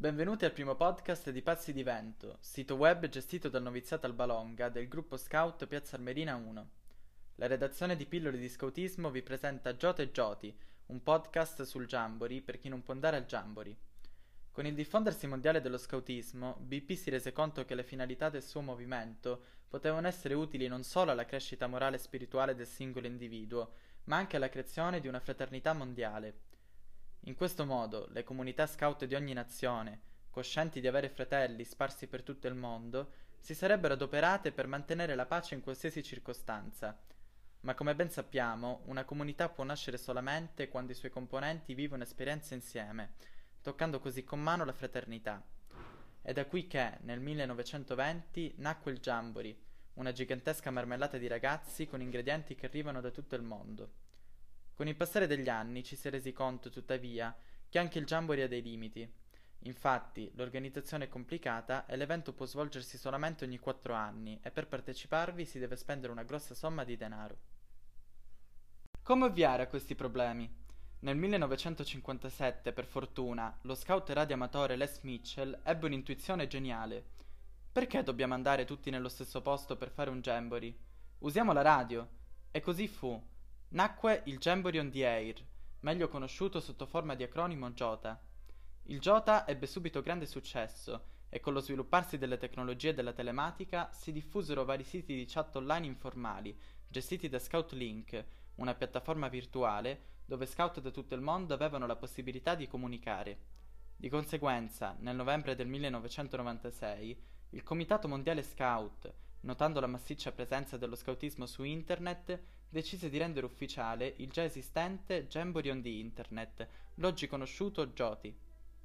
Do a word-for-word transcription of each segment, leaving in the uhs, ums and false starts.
Benvenuti al primo podcast di Pazzi di Vento, sito web gestito dal noviziato Albalonga del gruppo scout Piazza Armerina uno. La redazione di Pillole di Scoutismo vi presenta Giota e Gioti, un podcast sul Jamboree per chi non può andare al Jamboree. Con il diffondersi mondiale dello scoutismo, B P si rese conto che le finalità del suo movimento potevano essere utili non solo alla crescita morale e spirituale del singolo individuo, ma anche alla creazione di una fraternità mondiale. In questo modo, le comunità scout di ogni nazione, coscienti di avere fratelli sparsi per tutto il mondo, si sarebbero adoperate per mantenere la pace in qualsiasi circostanza. Ma come ben sappiamo, una comunità può nascere solamente quando i suoi componenti vivono esperienze insieme, toccando così con mano la fraternità. È da qui che, nel millenovecentoventi, nacque il Jamboree, una gigantesca marmellata di ragazzi con ingredienti che arrivano da tutto il mondo. Con il passare degli anni ci si è resi conto, tuttavia, che anche il Jamboree ha dei limiti. Infatti, l'organizzazione è complicata e l'evento può svolgersi solamente ogni quattro anni e per parteciparvi si deve spendere una grossa somma di denaro. Come ovviare a questi problemi? Nel millenovecentocinquantasette, per fortuna, lo scout radioamatore Les Mitchell ebbe un'intuizione geniale. Perché dobbiamo andare tutti nello stesso posto per fare un Jamboree? Usiamo la radio! E così fu. Nacque il Jamboree on the Air, meglio conosciuto sotto forma di acronimo Jota. Il Jota ebbe subito grande successo e con lo svilupparsi delle tecnologie della telematica si diffusero vari siti di chat online informali, gestiti da ScoutLink, una piattaforma virtuale dove scout da tutto il mondo avevano la possibilità di comunicare. Di conseguenza, nel novembre del millenovecentonovantasei, il Comitato Mondiale Scout, notando la massiccia presenza dello scoutismo su internet, decise di rendere ufficiale il già esistente Jamboree on the Internet, l'oggi conosciuto Joti.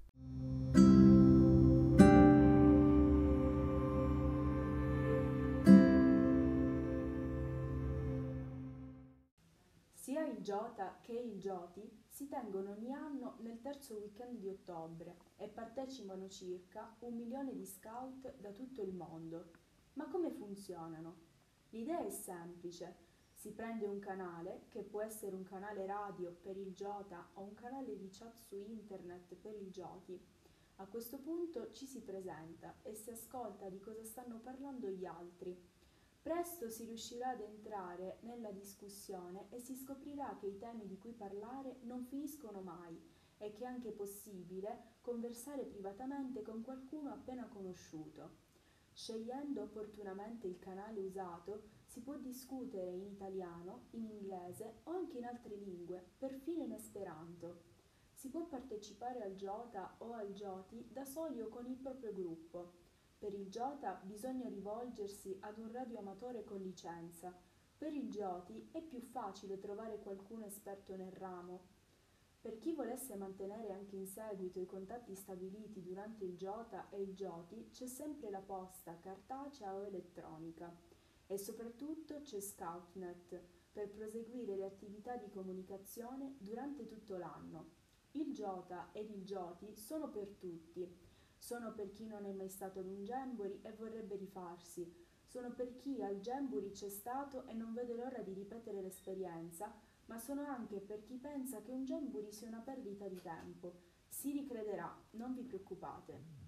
Sia il Jota che il Joti si tengono ogni anno nel terzo weekend di ottobre e partecipano circa un milione di scout da tutto il mondo. Ma come funzionano? L'idea è semplice. Si prende un canale, che può essere un canale radio per il Jota o un canale di chat su internet per il Joti. A questo punto ci si presenta e si ascolta di cosa stanno parlando gli altri. Presto si riuscirà ad entrare nella discussione e si scoprirà che i temi di cui parlare non finiscono mai e che è anche possibile conversare privatamente con qualcuno appena conosciuto. Scegliendo opportunamente il canale usato, si può discutere in italiano, in inglese o anche in altre lingue, perfino in esperanto. Si può partecipare al Jota o al Joti da soli o con il proprio gruppo. Per il Jota bisogna rivolgersi ad un radioamatore con licenza. Per il Joti è più facile trovare qualcuno esperto nel ramo. Per chi volesse mantenere anche in seguito i contatti stabiliti durante il Jota e il Joti, c'è sempre la posta cartacea o elettronica. E soprattutto c'è ScoutNet per proseguire le attività di comunicazione durante tutto l'anno. Il Jota ed il Joti sono per tutti. Sono per chi non è mai stato ad un Jamboree e vorrebbe rifarsi. Sono per chi al Jamboree c'è stato e non vede l'ora di ripetere l'esperienza, ma sono anche per chi pensa che un Jamboree sia una perdita di tempo. Si ricrederà, non vi preoccupate.